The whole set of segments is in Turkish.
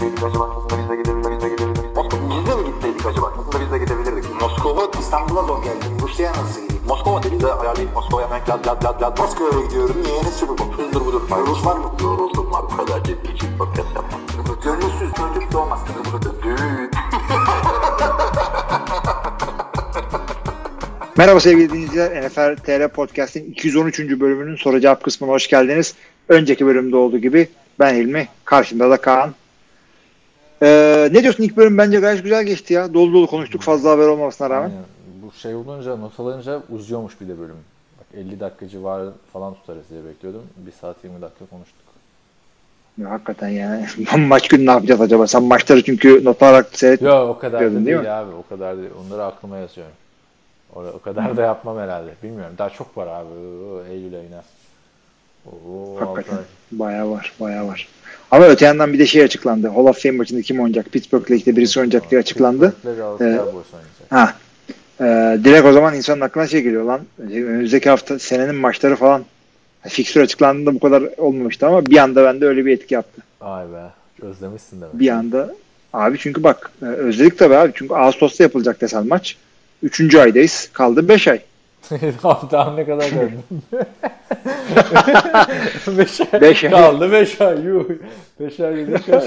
acaba? Aslında biz de gidebilirdik. Biz de mi gitseydik acaba? Aslında biz de gidebilirdik. Moskova, İstanbul'a zor geldim. Rusya'ya nasıl gideyim? Moskova dedi de ayarlayıp Moskova'ya hemen lad. Moskova'ya gidiyorum. Niye? Ne sürü bu? Hızdır budur. Rus var mı? Yoruldum var. Bu kadar ciddi podcast yapmam. Gönülsüz çocuk doğmaz. Düğün. Merhaba sevgili dinleyiciler. NFL TR Podcast'in 213. bölümünün soru cevap kısmına hoş geldiniz. Önceki bölümde olduğu gibi ben Hilmi, karşımda da Kaan. Ne diyorsun? İlk bölüm bence gayet güzel geçti ya. Dolu dolu konuştuk fazla haber olmamasına rağmen. Aynen. Bu şey olunca, not alınca uzuyormuş bir de bölüm. Bak 50 dakika civarı falan tutarız diye bekliyordum. 1 saat 20 dakika konuştuk. Ya, hakikaten yani. Maç günü ne yapacağız acaba? Sen maçları çünkü not alarak seyretmiyordun. Yok o kadar da değil abi. O kadar değil. Onları aklıma yazıyorum. O kadar da yapmam herhalde. Bilmiyorum. Daha çok var abi. Eylül ayına. Hakikaten. Bayağı var. Ama öte yandan bir de şey açıklandı. Hall of Fame maçında kim oynayacak? Pittsburgh'le işte birisi oynayacak diye açıklandı. Direkt o zaman insanın aklına şey geliyor lan. Önümüzdeki hafta senenin maçları falan. Fikstür açıklandığında bu kadar olmamıştı ama bir anda bende öyle bir etki yaptı. Ay be. Özlemişsin demek. Bir anda. Abi çünkü bak özledik tabii abi. Çünkü Ağustos'ta yapılacak desel maç. 3. aydayız. Kaldı 5 ay. Daha ne kadar gördüm. 5 ay. Kaldı 5 ay. 5 ay dedik kaç.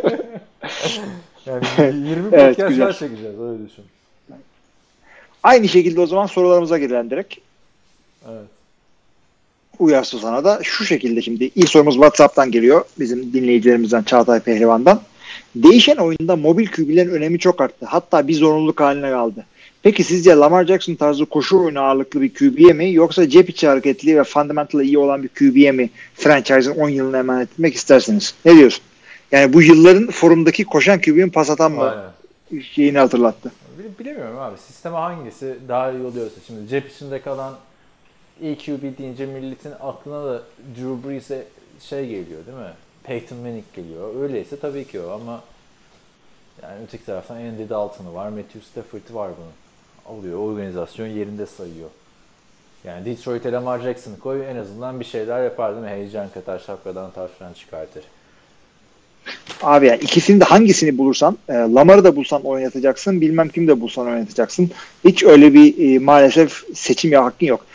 Yani 20 podcastlar çekeceğiz. Öyle düşün. Aynı şekilde o zaman sorularımıza girelim direkt. Evet. Uyarsa sana da şu şekilde şimdi. İlk sorumuz WhatsApp'tan geliyor. Bizim dinleyicilerimizden Çağatay Pehlivan'dan. Değişen oyunda mobil QB'lerin önemi çok arttı. Hatta bir zorunluluk haline kaldı. Peki sizce Lamar Jackson tarzı koşu oyunu ağırlıklı bir QB'ye mi yoksa cep içi hareketli ve fundamental'ı iyi olan bir QB'ye mi franchise'ın 10 yılını emanet etmek istersiniz? Ne diyorsun? Yani bu yılların forumdaki koşan QB'nin pas atan mı şeyini hatırlattı? Bilemiyorum abi. Sisteme hangisi daha iyi oluyorsa. Şimdi cep içinde kalan iyi QB deyince milletin aklına da Drew Brees'e şey geliyor değil mi? Peyton Manning geliyor. Öyleyse tabii ki o ama yani öteki taraftan Andy Dalton'u var, Matthew Stafford'ı var bunun. Alıyor, organizasyon yerinde sayıyor. Yani Detroit'e Lamar Jackson'ı koy en azından bir şeyler yapar değil mi? Heyecan katar, şapkadan tavşan çıkartır. Abi yani ikisini de hangisini bulursan, Lamar'ı da bulsan oynatacaksın, bilmem kimi de bulsan oynatacaksın. Hiç öyle bir maalesef seçim hakkın yok.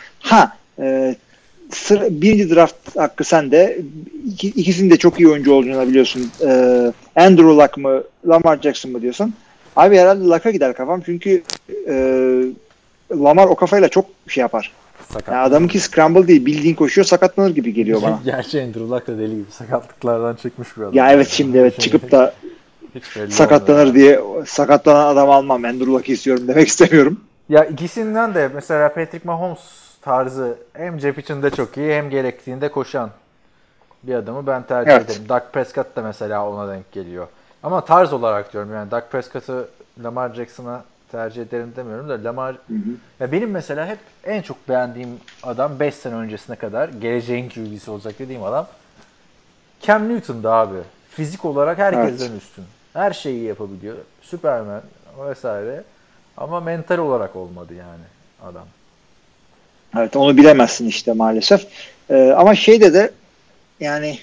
Birinci draft hakkı sende. İkisinin de çok iyi oyuncu olduğunu biliyorsun. Andrew Luck mı, Lamar Jackson mı diyorsun? Abi herhalde Luck'a gider kafam. Çünkü Lamar o kafayla çok şey yapar. Yani adamınki scramble değil. Bildiğin koşuyor, sakatlanır gibi geliyor bana. Gerçi Andrew Luck da deli gibi sakatlıklardan çıkmış bir adam. Ya evet şimdi çıkıp da sakatlanır diye sakatlanan adam almam. Andrew Luck'ı istiyorum demek istemiyorum. Ya ikisinden de mesela Patrick Mahomes tarzı hem cep içinde çok iyi hem gerektiğinde koşan bir adamı ben tercih ederim. Dak Prescott da mesela ona denk geliyor. Ama tarz olarak diyorum yani Dak Prescott'ı Lamar Jackson'a tercih ederim demiyorum da Lamar ya benim mesela hep en çok beğendiğim adam 5 sene öncesine kadar geleceğin QB'si olacak dediğim adam Cam Newton'da abi. Fizik olarak herkesten üstün. Her şeyi yapabiliyor. Superman vesaire. Ama mental olarak olmadı yani adam. Evet onu bilemezsin işte maalesef. Ama şeyde de yani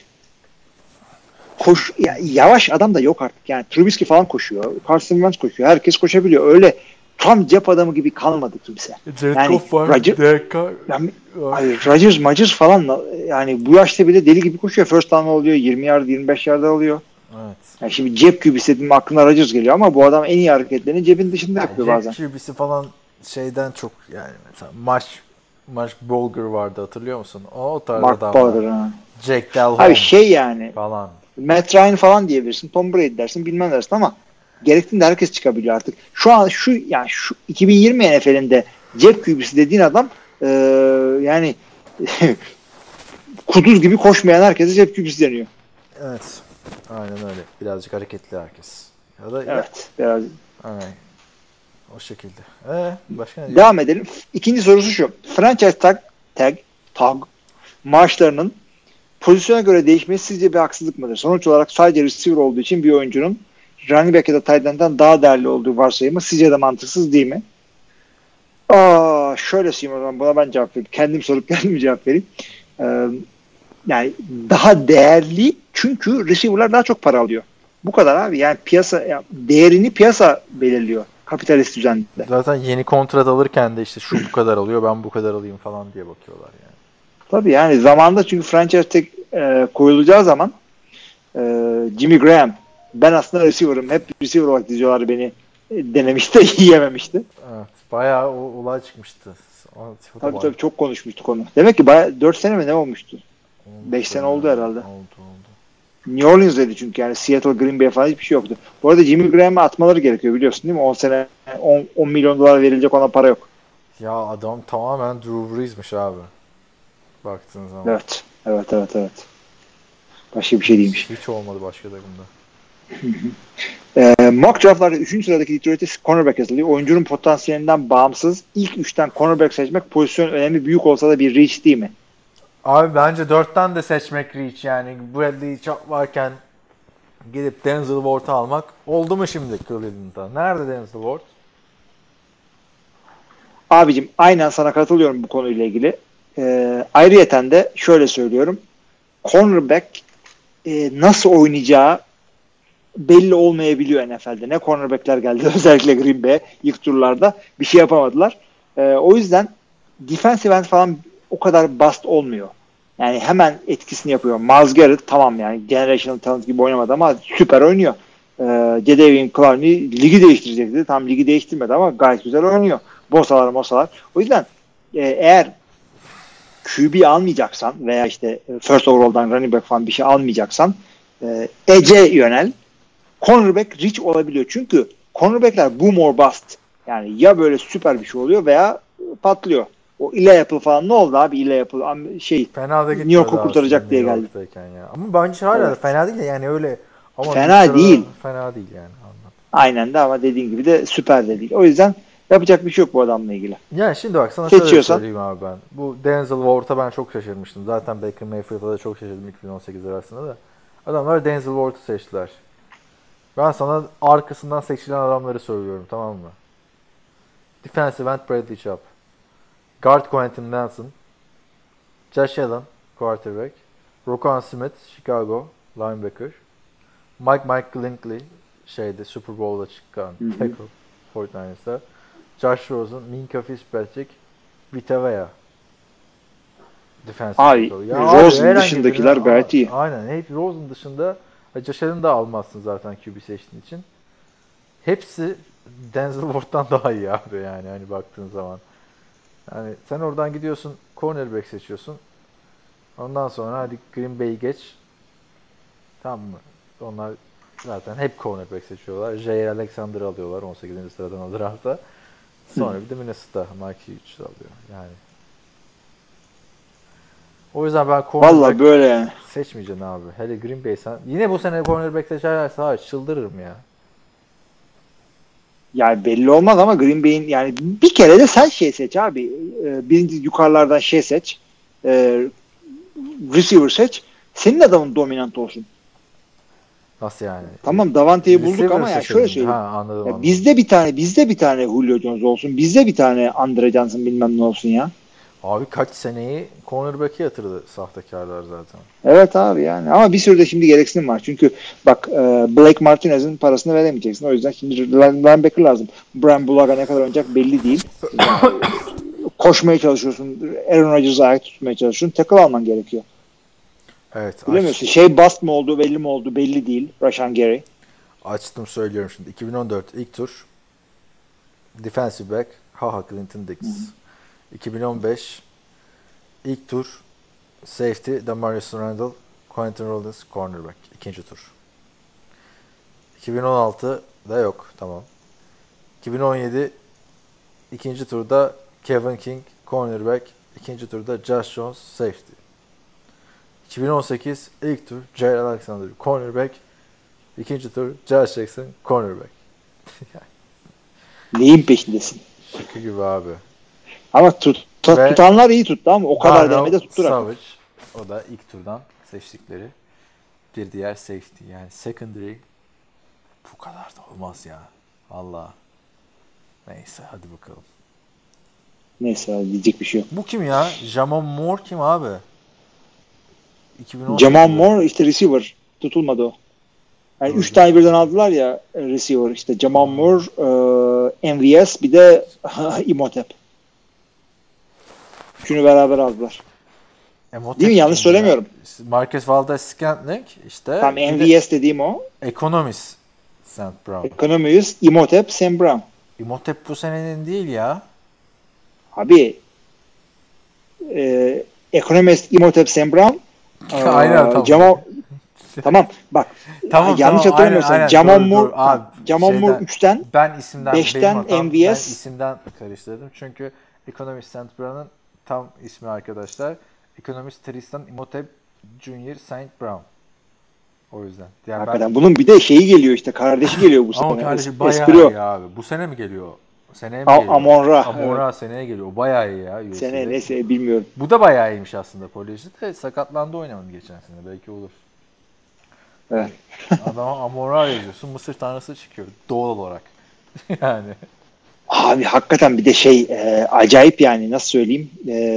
yavaş adam da yok artık. Yani Trubisky falan koşuyor. Carson Wentz koşuyor. Herkes koşabiliyor. Öyle tam cep adamı gibi kalmadı kimse. Yani Rodgers falan yani bu yaşta bile deli gibi koşuyor. First down oluyor. 20 yard 25 yard alıyor. Evet. Yani şimdi cep QB'si dediğim aklına Rodgers geliyor ama bu adam en iyi hareketlerini cebin dışında yapıyor bazen. Cep QB'si falan şeyden çok yani mesela Marsh Bolger vardı hatırlıyor musun? O tarz adamlar. Jack Delhomme. Abi şey yani. Falan. Matt Ryan falan diyebilirsin. Tom Brady dersin bilmem dersin ama gerektiğinde herkes çıkabiliyor artık. Şu 2020 NFL'inde cep QB'si dediğin adam yani kuduz gibi koşmayan herkese cep QB'si deniyor. Evet. Aynen öyle. Birazcık hareketli herkes. Ya da evet. Biraz. Aynen. O şekilde. Başka ne devam edelim. İkinci sorusu şu. Franchise tag maaşlarının pozisyona göre değişmesi sizce bir haksızlık mıdır? Sonuç olarak sadece receiver olduğu için bir oyuncunun running back ya da tight end'den daha değerli olduğu varsayımı sizce de mantıksız değil mi? Şöyle söyleyeyim o zaman buna ben cevap vereyim. Kendim sorup kendim cevap vereyim. Yani daha değerli çünkü receiver'lar daha çok para alıyor. Bu kadar abi. Yani piyasa değerini piyasa belirliyor kapitalist düzende. Zaten yeni kontrat alırken de işte şu bu kadar alıyor, ben bu kadar alayım falan diye bakıyorlar yani. Tabii yani zamanında çünkü franchise tag koyulacağı zaman Jimmy Graham, ben aslında receiver'ım, hep receiver olarak diziyorlar beni denemişti, yiyememişti. Evet, bayağı olay çıkmıştı. Tabii çok konuşmuştuk onu. Demek ki bayağı 4 sene mi ne olmuştu? 5 sene oldu herhalde. Oldu. New Orleans'daydı çünkü yani Seattle, Green Bay falan hiçbir şey yoktu. Bu arada Jimmy Graham'ı atmaları gerekiyor biliyorsun değil mi? 10 sene 10 milyon dolar verilecek, ona para yok. Ya adam tamamen Drew Brees'miş abi. Baktığın zaman. Evet. Başka bir şey değilmiş. Hiç olmadı başka takımda. Mock draftlarda 3. sıradaki Detroit'e cornerback yazılıyor. Oyuncunun potansiyelinden bağımsız ilk 3'ten cornerback seçmek pozisyon önemi büyük olsa da bir reach değil mi? Abi bence 4'ten de seçmek reach yani. Bradley Chubb varken gidip Denzel Ward'u almak oldu mu şimdi Cleveland'da? Nerede Denzel Ward? Abicim aynen sana katılıyorum bu konuyla ilgili. Ayrıyeten de şöyle söylüyorum. Cornerback nasıl oynayacağı belli olmayabiliyor NFL'de. Ne cornerbackler geldi özellikle Green Bay'e ilk turlarda bir şey yapamadılar. O yüzden defensive end falan o kadar bust olmuyor. Yani hemen etkisini yapıyor. Myles Garrett tamam yani generational talent gibi oynamadı ama süper oynuyor. Jadeveon Clowney ligi değiştirecekti. Tam ligi değiştirmedi ama gayet güzel oynuyor. Bosalar. O yüzden eğer QB almayacaksan veya işte first overall'dan running back falan bir şey almayacaksan edge'e yönel. Cornerback reach olabiliyor. Çünkü cornerbackler boom or bust. Yani ya böyle süper bir şey oluyor veya patlıyor. O Eli Apple falan ne oldu abi? Eli Apple fena da New York'u kurtaracak diye geldi. Ya. Ama bence hala fena değil de yani öyle. Ama fena değil. Fena değil yani. Anladım. Aynen de ama dediğin gibi de süper de değil. O yüzden yapacak bir şey yok bu adamla ilgili. Yani şimdi bak sana şöyle söyleyeyim abi ben. Bu Denzel Ward'a ben çok şaşırmıştım. Zaten Baker Mayfield'a da çok şaşırdım 2018 arasında da. Adamlar Denzel Ward'u seçtiler. Ben sana arkasından seçilen adamları söylüyorum, tamam mı? Defensive end Bradley Chubb. Guard Quentin Nelson. Josh Allen, quarterback. Roquan Smith, Chicago, linebacker. Mike Glinkley, Super Bowl'da çıkan tackle, 49ers'da. Josh Rosen, Minkah Fitzpatrick, Vita Vea. Defensive tackle. Rosen dışındakiler gayet iyi. Aynen. Hep Rosen dışında Josh Allen'ı da almazsın zaten QB seçtiğin için. Hepsi Denzel Ward'dan daha iyi abi yani hani baktığın zaman. Yani sen oradan gidiyorsun cornerback seçiyorsun. Ondan sonra hadi Green Bay'i geç. Tamam mı? Onlar zaten hep cornerback seçiyorlar. Jair Alexander'ı alıyorlar 18. sıradan o draftta. Sonra bir de Minnesota Mike Hughes alıyor. Yani o yüzden ben cornerback böyle seçmeyeceğim abi. Hele Green Bay sen yine bu sene cornerback seçerlerse hayır çıldırırım ya. Yani belli olmaz ama Green Bay'in yani bir kere de sen seç abi. Birinci yukarılardan seç. Receiver seç. Senin adamın dominant olsun. Nasıl yani? Tamam Davante'yi bulduk ama ya şöyle söyleyeyim. Anladım. Bizde bir tane Julio Jones olsun. Bizde bir tane Andre Johnson bilmem ne olsun ya. Abi kaç seneyi cornerback'e yatırdı sahtekarlar zaten. Evet abi yani. Ama bir sürü de şimdi gereksinim var. Çünkü bak Blake Martinez'in parasını veremeyeceksin. O yüzden şimdi linebacker lazım. Brian Bulaga ne kadar oynayacak belli değil. Yani, koşmaya çalışıyorsun. Aaron Rodgers'ı ayak tutmaya çalışıyorsun. Tackle alman gerekiyor. Evet. Bilemiyorsun. Bust mu oldu belli mi oldu belli değil. Rashan Gary. Açtım söylüyorum şimdi. 2014 ilk tur defensive back Clinton Dix. 2015 ilk tur safety Damarius Randall, Quentin Rollins cornerback. İkinci tur. 2016 da yok. Tamam. 2017 ikinci turda Kevin King cornerback. İkinci turda Josh Jones safety. 2018 ilk tur Jair Alexander cornerback. İkinci tur Josh Jackson cornerback. Neyin peşindesin? Şaka gibi abi. Ama tutanlar iyi tuttu ama o kadar demede tutturak. Savage, o da ilk turdan seçtikleri bir diğer safety. Yani secondary bu kadar da olmaz ya. Allah. Neyse hadi bakalım. Neyse diyecek bir şey yok. Bu kim ya? Jamon Moore kim abi? Jamon Moore işte receiver. Tutulmadı o. Yani 3 tane birden aldılar ya receiver. İşte Jamal Moore, MVS bir de Imhotep. Üçünü beraber aldılar. Değil mi? Yanlış söylemiyorum. Marquez Valdes-Scantling işte. Tam MVS dediğim o. Economist St. Brown. Economist, Imhotep, Sam Brown. Imhotep bu senenin değil ya. Abi Economist, Imhotep, Sam Brown. Aynen tamam. Tamam bak. Tamam, yanlış hatırlamıyorsam Jamal Moore 3'ten ben isimden 5'ten ben MVS isimden karıştırdım. Çünkü Economist St. Brown'ın tam ismi arkadaşlar. Economist Tristan Imhotep Jr. St. Brown. O yüzden. Yani hakikaten bunun bir de şeyi geliyor işte. Kardeşi geliyor bu sene. Ama kardeşi bayağı iyi abi. Bu sene mi geliyor? Seneye mi geliyor? Amon-Ra seneye geliyor. O bayağı iyi ya. USC'de. Sene neyse bilmiyorum. Bu da bayağı iyiymiş aslında kolejde de sakatlandı oynamadı geçen sene. Belki olur. Evet. Adama Amon-Ra yazıyorsun. Mısır tanrısı çıkıyor. Doğal olarak. Yani. Abi hakikaten bir de acayip yani nasıl söyleyeyim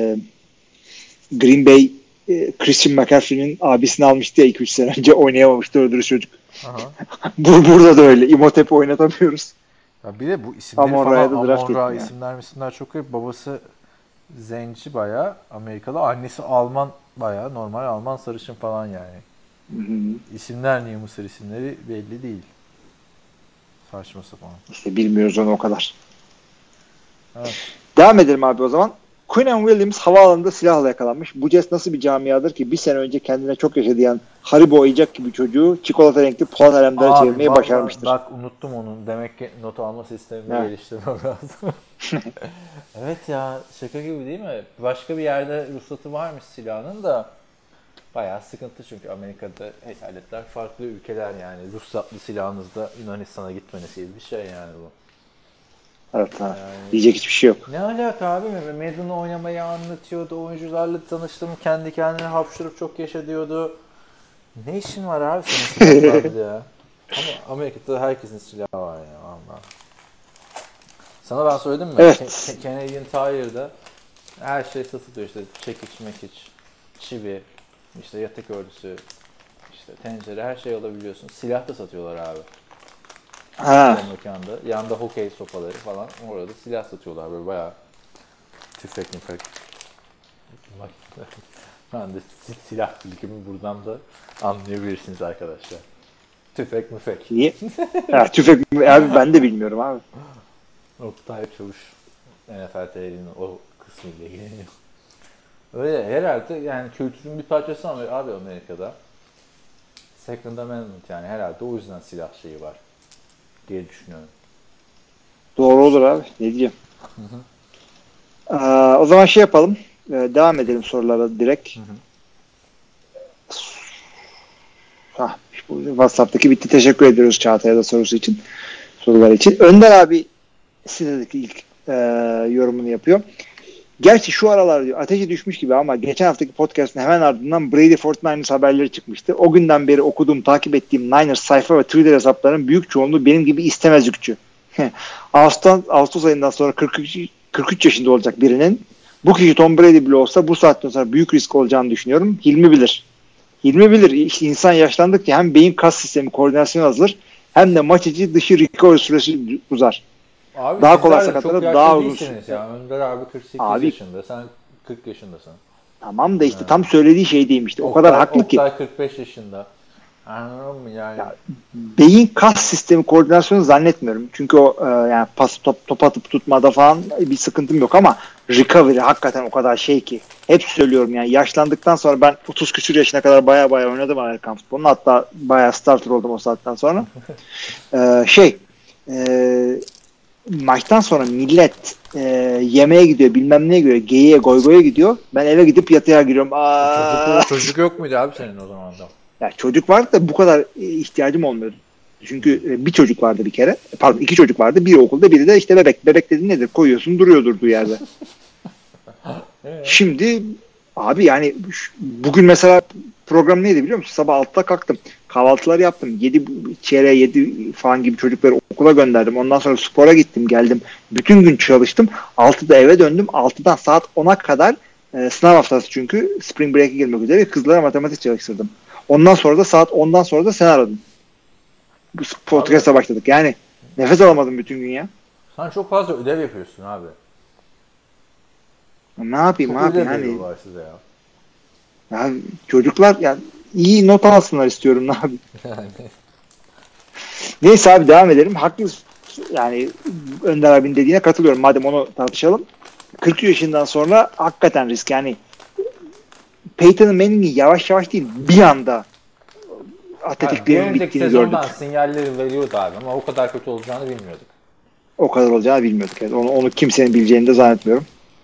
Green Bay Christian McCaffrey'nin abisini almıştı ya 2-3 sene önce oynayamamıştı öldürüş çocuk. Burada da öyle. Imhotep'i oynatamıyoruz. Ya bir de bu isimleri Amon-Ra'ya falan Amon-Ra isimler çok iyi. Babası zenci bayağı Amerikalı. Annesi Alman bayağı normal Alman sarışın falan yani. Hı-hı. İsimler niye Mısır isimleri belli değil. Saçma sapan. İşte bilmiyoruz onu o kadar. Evet. Devam edelim abi o zaman. Quinnen Williams havaalanında silahla yakalanmış. Bu Jets nasıl bir camiadır ki bir sene önce kendine çok yaşadıyan Haribo oyuncak gibi çocuğu çikolata renkli Polat Alemdar'a çevirmeyi başarmıştır. Bak unuttum onun. Demek ki not alma sistemini geliştirmem lazım. Evet ya şaka gibi değil mi? Başka bir yerde ruhsatı varmış silahının da bayağı sıkıntı çünkü Amerika'da eyaletler farklı ülkeler yani. Ruhsatlı silahınızda Yunanistan'a gitmeniz gibi bir şey yani bu. Evet yani, diyecek hiçbir şey yok. Ne alaka abi? Madden'ı oynamayı anlatıyordu. Oyuncularla tanıştım. Kendi kendine hapşurup çok yaşa diyordu. Ne işin var abi senin silahlarla ya? Ama Amerika'da herkesin silahı var ya. Allah. Sana ben söyledim mi? Evet. Canadian Tire'da her şey satılıyor işte. Çekiç, mekiç, çivi, işte yatak örtüsü, işte tencere her şey alabiliyorsun. Silah da satıyorlar abi. Mekanda. Yanında hokey sopaları falan. Orada silah satıyorlar böyle bayağı tüfek. Ben de silah bilgimi buradan da anlayabilirsiniz arkadaşlar. Tüfek. Niye? Tüfek abi ben de bilmiyorum abi. Oktay Çavuş NFL TV'nin o kısmıyla ilgileniyor. Öyle herhalde yani kültürün bir parçası ama abi Amerika'da Second Amendment yani herhalde o yüzden silah şeyi var diye düşünüyorum. Doğru olur abi. Ne diyeceğim? O zaman yapalım. Devam edelim sorulara direkt. WhatsApp'taki bitti. Teşekkür ediyoruz Çağatay'a da sorular için. Önder abi sitedeki ilk yorumunu yapıyor. Gerçi şu aralar diyor ateşi düşmüş gibi ama geçen haftaki podcast'ın hemen ardından Brady 49ers haberleri çıkmıştı. O günden beri okuduğum, takip ettiğim Niners sayfa ve Twitter hesaplarının büyük çoğunluğu benim gibi istemezlikçi. Ağustos ayından sonra 43 yaşında olacak birinin bu kişi Tom Brady bile olsa bu saatten sonra büyük risk olacağını düşünüyorum. Hilmi bilir. İşte insan yaşlandıkça hem beyin kas sistemi koordinasyonu azalır hem de maç içi dışı recovery süresi uzar. Abi daha kolay sakatlanır, daha uzun süre. Ya. Önder abi 48 yaşında, sen 40 yaşındasın. Tamam da işte tam söylediği şey değil işte. O kadar haklı ki. Oktay 45 yaşında. Anladın mı yani? Ya, beyin kas sistemi koordinasyonu zannetmiyorum. Çünkü o yani top atıp tutmada falan bir sıkıntım yok ama recovery hakikaten o kadar şey ki. Hep söylüyorum yani yaşlandıktan sonra ben 30 küsur yaşına kadar baya oynadım Amerikan futbolunu. Hatta baya starter oldum o saatten sonra. Maçtan sonra millet yemeğe gidiyor, bilmem neye gidiyor, geyiğe, goygoya gidiyor. Ben eve gidip yatağa giriyorum. Çocuk yok muydu abi senin o zaman da? Ya çocuk vardı da bu kadar ihtiyacım olmuyordu. Çünkü bir çocuk vardı bir kere. Pardon 2 çocuk vardı. Biri okulda, biri de işte bebek. Bebek dediğin nedir? Koyuyorsun duruyor durduğu yerde. Şimdi abi yani bugün mesela program neydi biliyor musun? Sabah 6'da kalktım. Kahvaltılar yaptım. 7 falan gibi çocukları okula gönderdim. Ondan sonra spora gittim geldim. Bütün gün çalıştım. 6'da eve döndüm. 6'dan saat 10'a kadar sınav haftası çünkü spring break'e girmek üzere kızlara matematik çalıştırdım. Ondan sonra da saat 10'dan sonra da sen aradın. bu podcast'a başladık. Yani nefes alamadım bütün gün ya. Sen çok fazla ödev yapıyorsun abi. Ne yapayım Çok abi ödev hani veriyorlar size ya. ya çocuklar ya iyi not alsınlar istiyorum ne yapayım. Neyse abi devam edelim. Haklısın. Yani Önder abinin dediğine katılıyorum. Madem onu tartışalım. 40 yaşından sonra hakikaten risk. Yani Peyton'ın Manning'i yavaş yavaş değil bir anda atletikliğinin bittiğini gördük. Sinyalleri veriyordu abi ama o kadar kötü olacağını bilmiyorduk. O kadar olacağını bilmiyorduk. Yani onu kimsenin bileceğini de zannetmiyorum.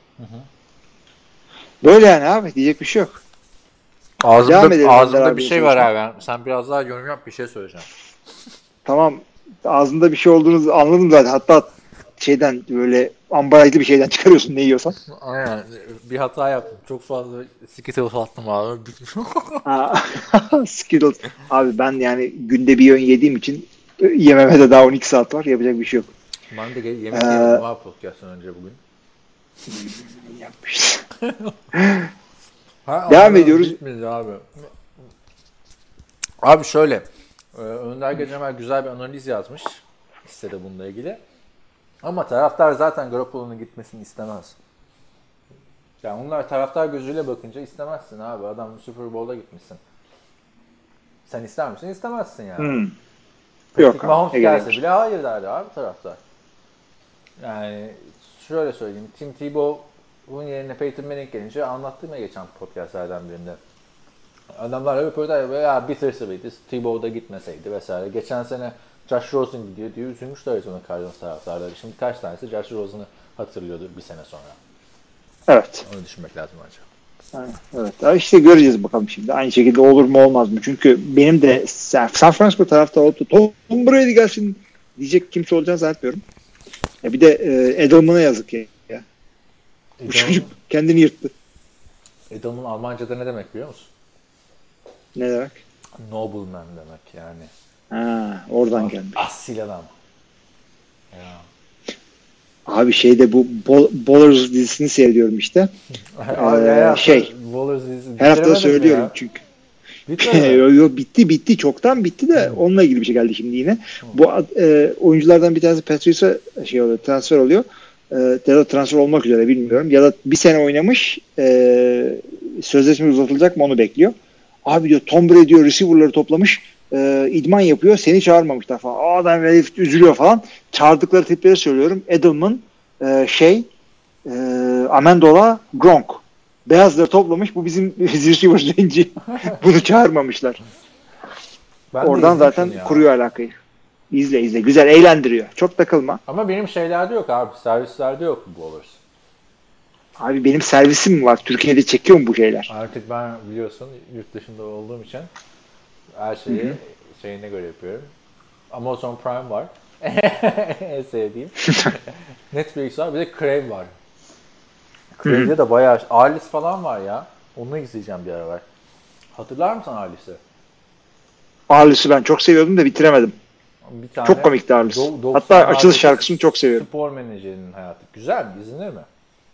Böyle yani abi. Diyecek bir şey yok. Ağzımda bir şey var abi. Sen biraz daha yorum yap, bir şey söyleyeceğim. Tamam. Ağzında bir şey olduğunu anladım zaten. Hatta şeyden böyle ambalajlı bir şeyden çıkarıyorsun ne yiyorsan. Aynen. Bir hata yaptım. Çok fazla Skittles attım abi. Skittles. Abi ben yani günde bir öğün yediğim için yememe de daha 12 saat var. Yapacak bir şey yok. Ben de yemek yemedim abi podcast'tan önce bugün. Yapmış. Ha, devam ediyoruz. Abi. Abi şöyle. Önder Gecemel güzel bir analiz yazmış. İstedi bununla ilgili. Ama taraftar zaten Garoppolo'nun gitmesini istemez. Yani onlar taraftar gözüyle bakınca istemezsin abi. Adam Super Bowl'a gitmişsin. Sen ister misin? İstemezsin yani. Yok abi. Mahomes gelse bile hayır derdi abi taraftar. Yani şöyle söyleyeyim. Tim Tebow'un yerine Peyton Manning gelince anlattım ya geçen podcastlerden birinde. Adamlar röportaj ya bitirseydi Tebow da gitmeseydi vesaire. Geçen sene Josh Rosen gidiyor diye üzülmüşler Arizona Cardinals taraftarları. Şimdi kaç tanesi Josh Rosen'ı hatırlıyordur bir sene sonra. Evet. Onu düşünmek lazım bence. Evet. İşte göreceğiz bakalım şimdi. Aynı şekilde olur mu olmaz mı? Çünkü benim de San Francisco tarafta olup Tom Brady gelsin diyecek kimse olacağını zannetmiyorum. Bir de Edelman'a yazık ya. Bu çocuk kendini yırttı. Edelman Almanca'da ne demek biliyor musun? Ne demek? Nobleman demek yani. Ha, oradan gelmiş. Asil adam. Ya. Abi şeyde bu Ballers dizisini seyrediyorum işte. Her hafta söylüyorum ya. Çünkü. Yo, bitti. Çoktan bitti de onunla ilgili bir şey geldi şimdi yine. Bu oyunculardan bir tanesi Patriots'a transfer oluyor. Ya da transfer olmak üzere bilmiyorum. Ya da bir sene oynamış sözleşme uzatılacak mı onu bekliyor. Abi diyor Tom Brady diyor receiver'ları toplamış idman yapıyor. Seni çağırmamışlar falan. Adam herif üzülüyor falan. Çağırdıkları tipleri söylüyorum. Edelman Amendola Gronk. Beyazları toplamış. Bu bizim receiver zenci. Bunu çağırmamışlar. Oradan zaten kuruyor alakayı. İzle. Güzel. Eğlendiriyor. Çok takılma. Ama benim şeylerde yok abi. Servislerde yok bu Ballers. Abi benim servisim mi var? Türkiye'de çekiyor mu bu şeyler? Artık ben biliyorsun yurt dışında olduğum için her şeyi şeyine göre yapıyorum. Amazon Prime var. En sevdiğim. Netflix var. Bir de Crave var. Crave'de de bayağı Alice falan var ya. Onu izleyeceğim bir ara var. Hatırlar mısın Alice'i? Alice'i ben çok seviyordum da bitiremedim. Bir tane çok komikti Alice. Hatta açılış şarkısını çok seviyorum. Spor menajerinin hayatı. Güzel mi? İzlenir mi?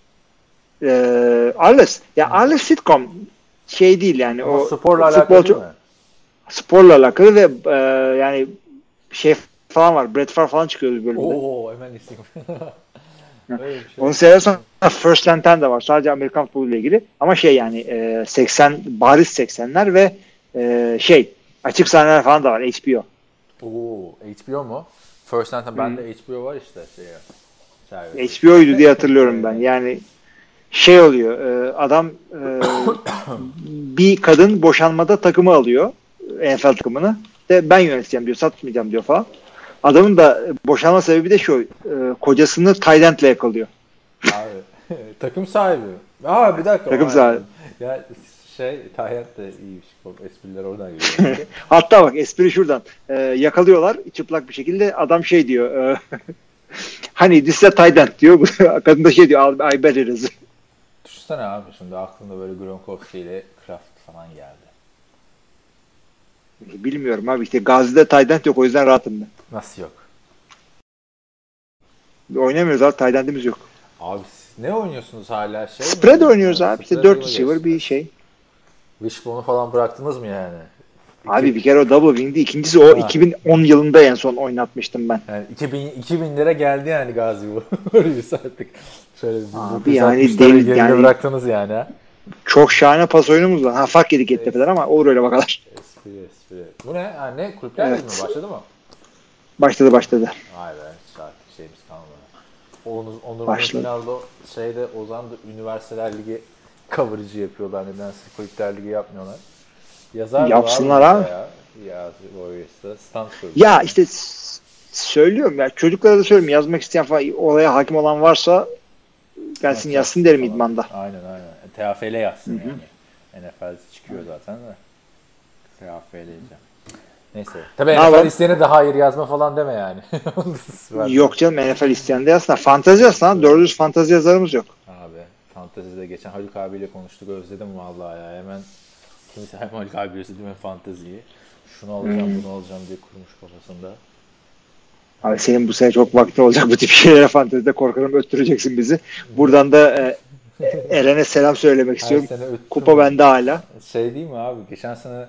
Alice. Ya Alice sitcom şey değil yani. Ama o sporla alakalı değil mi? Sporla alakalı ve yani şey falan var. Brett Favre falan çıkıyor bir bölümde. Oo hemen isteyeyim. Şey. Onu seversen First and Ten de var. Sadece Amerikan futbolu ile ilgili. Ama şey yani 80 bariz 80'ler ve açık sahneler falan da var. HBO. Oo HBO mu? First and Ten. Bende HBO var işte. HBO'ydu diye hatırlıyorum ben. Yani oluyor. Adam bir kadın boşanmada takımı alıyor. NFL takımını. De ben yöneteceğim diyor. Satmayacağım diyor falan. Adamın da boşanma sebebi de şu. Kocasını tight end'le yakalıyor. Abi takım sahibi. Bir dakika. Takım sahibi. Ya tight end de iyiymiş. Espriler oradan geliyor. Hatta bak espri şuradan. Yakalıyorlar çıplak bir şekilde. Adam diyor. Hani this is a tight end diyor. Kadın da diyor. I bet it is. Düşünsene abi şimdi aklımda böyle Gronkowski ile Kraft falan geldi. Bilmiyorum abi işte Gazi'de tight end yok o yüzden rahatım ben. Nasıl yok? Oynamıyoruz abi tight end'imiz yok. Abi ne oynuyorsunuz hala Spread oynuyoruz abi işte 4 receiver bir şey. Wishbone'u falan bıraktınız mı yani? Abi bir kere o double wing'di. İkincisi o 2010 yılında en son oynatmıştım ben. Yani 2000'lere geldi yani Gazi bu. Orayı artık. Şöyle abi yani geride yani bıraktınız yani ha. Çok şahane pas oyunumuz var. Ha fark yedik Ettepe'den ama olur öyle bakarlar. Espri. Bu ne? Ha, ne? Kulüpler mi başladı mı? Başladı. Vay be. Şarkı şeyimiz kalmadı. Onur'un finalde şeyde Ozan da Üniversiteler Ligi coverage'ı yapıyorlar. Nedense Kulüpler Ligi yapmıyorlar. Yazar yapsınlar abi. Ya Warriors'ta stand kurmuş. Ya işte söylüyorum ya çocuklara da söylüyorum yazmak isteyen falan olaya hakim olan varsa gelsin yazsın derim idmanda. Aynen. TFL yazsın yani. NFL çıkıyor zaten de. TFL diyeceğim. Neyse. Tabii NFL isteyene de hayır yazma falan deme yani. Yok canım NFL isteyen de yazsın. Fantazi yazsın. Doğru düz fantazi yazarımız yok. Abi fantazide geçen Haluk abiyle konuştuk. Özledim vallahi ya. Hemen kimse hem Haluk abi özledim hem fantaziyi. Şunu alacağım bunu alacağım diye kurmuş kafasında. Abi senin bu sene çok vakti olacak bu tip şeylere fantezide korkarım öttüreceksin bizi. Buradan da Eren'e selam söylemek istiyorum. Kupa bende hala. Şey değil mi abi? Geçen sene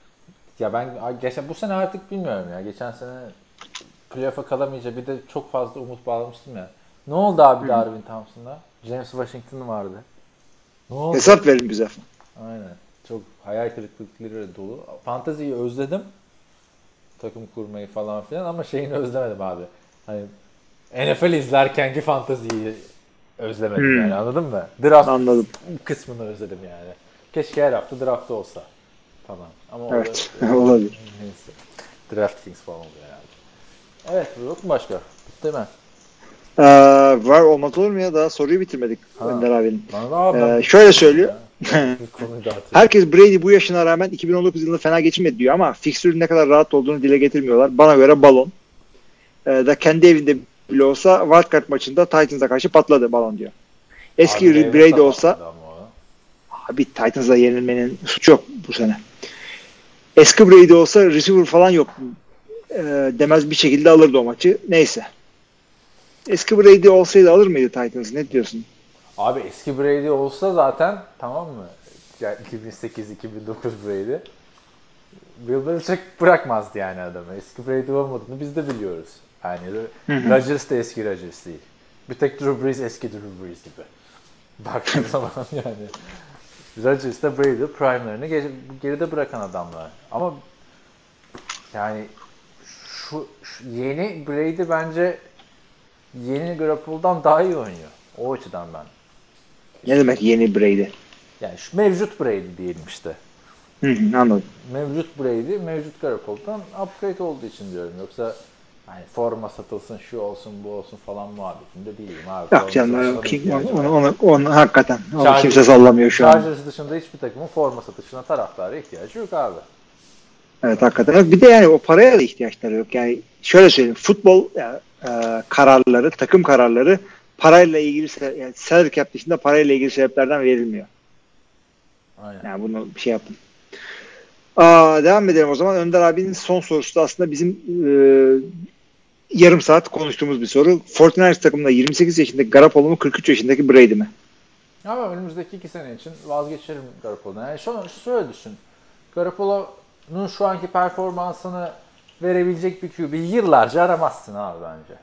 bu sene artık bilmiyorum ya. Geçen sene playoff'a kalamayınca bir de çok fazla umut bağlamıştım ya. Ne oldu abi Darwin Thompson'da? James Washington vardı. Ne oldu? Hesap verin bize. Aynen. Çok hayal kırıklıkları dolu. Fantaziyi özledim. Takım kurmayı falan filan ama şeyini özlemedim abi. Hani NFL izlerkenki fantaziyi özlemedim yani anladın mı? Draft anladım. Kısmını özledim yani. Keşke her hafta draft'ta olsa falan. Ama evet olabilir. Neyse. DraftKings falan oluyor herhalde. Evet yok mu başka? Bitti mi? Var olmaz olur mu ya daha soruyu bitirmedik Önder abinin. Abi, şöyle söylüyor. Herkes Brady bu yaşına rağmen 2019 yılını fena geçirmedi diyor ama fikstürün ne kadar rahat olduğunu dile getirmiyorlar. Bana göre balon. Da kendi evinde bile olsa wildcard maçında Titans'a karşı patladı balon diyor. Eski abi, Brady olsa abi Titans'a yenilmenin suçu yok bu sene. Eski Brady olsa receiver falan yok demez bir şekilde alırdı o maçı. Neyse. Eski Brady olsaydı alır mıydı Titans? Ne diyorsun? Abi eski Brady olsa zaten tamam mı? Yani 2008-2009 Brady. Bill Belichick bırakmazdı yani adamı. Eski Brady olmadığını biz de biliyoruz. Yani Rodgers da eski Rodgers değil. Bir tek Drew Brees eski Drew Brees gibi. Baktığın zaman yani. Rodgers da Brady prime'larını geride bırakan adamlar. Ama yani şu yeni Brady bence yeni Garoppolo'dan daha iyi oynuyor. O açıdan ben. Ne demek yeni Brady? Yani şu mevcut Brady diyelim işte. Anladım. Mevcut Brady, mevcut Garoppolo'dan upgrade olduğu için diyorum. Yoksa hani forma satılsın, şu olsun, bu olsun falan muhabbetinde değilim abi. Yok canım, onu hakikaten. Onu kimse sallamıyor şu an. Chargers dışında hiçbir takımın forma satışına taraftarı ihtiyacı yok abi. Evet hakikaten. Bir de yani o paraya da ihtiyaçları yok. Yani şöyle söyleyeyim. Futbol kararları, takım kararları parayla ilgili yani salary cap dışında parayla ilgili sebeplerden verilmiyor. Aynen. Yani bunu bir şey yapın. Devam edelim o zaman. Önder abinin son sorusu da aslında bizim yarım saat konuştuğumuz bir soru. 49ers takımında 28 yaşındaki Garoppolo mu 43 yaşındaki Brady mi? Ama önümüzdeki 2 sene için vazgeçerim Garoppolo'dan. Yani şöyle düşün. Garoppolo'nun şu anki performansını verebilecek bir QB yıllarca aramazsın abi bence.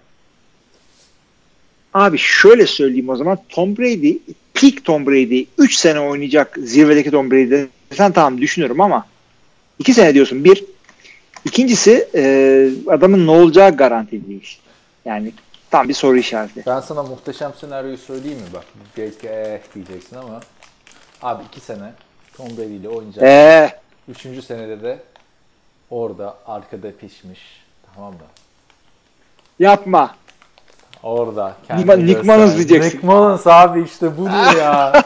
Abi şöyle söyleyeyim o zaman. Tom Brady, peak Tom Brady 3 sene oynayacak zirvedeki Tom Brady'de sen tamam düşünüyorum ama 2 sene diyorsun. Bir. İkincisi adamın ne olacağı garanti değil. Yani tam bir soru işareti. Ben sana muhteşem senaryoyu söyleyeyim mi? Bak belki diyeceksin ama abi 2 sene Tom Brady ile oynayacak. 3. senede de orada arkada pişmiş. Tamam mı? Yapma. Orada. Nick Mullins diyeceksin. Nick Mullins abi işte budur ya.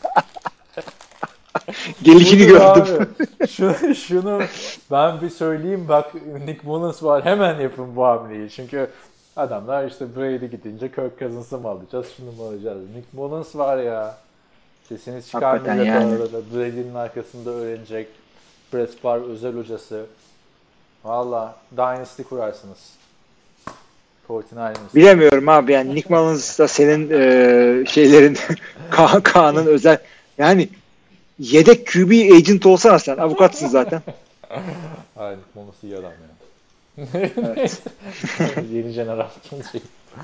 Gelişini gördüm. Şunu ben bir söyleyeyim bak Nick Mullins var hemen yapın bu hamleyi. Çünkü adamlar işte Brady gidince Kirk Cousins'ı mı alacağız şunu mu alacağız. Nick Mullins var ya. Sesiniz çıkarmayacak yani. Arada. Brady'nin arkasında öğrenecek. Brett Favre özel hocası. Valla Dynasty kurarsınız. 49ers. Bilemiyorum abi yani Nick Mullins da senin şeylerin Kaan'ın özel yani yedek QB agent olsana sen avukatsın zaten. Aynen. Monosu iyi adam ya. Evet. Yeni jenerasyon şey.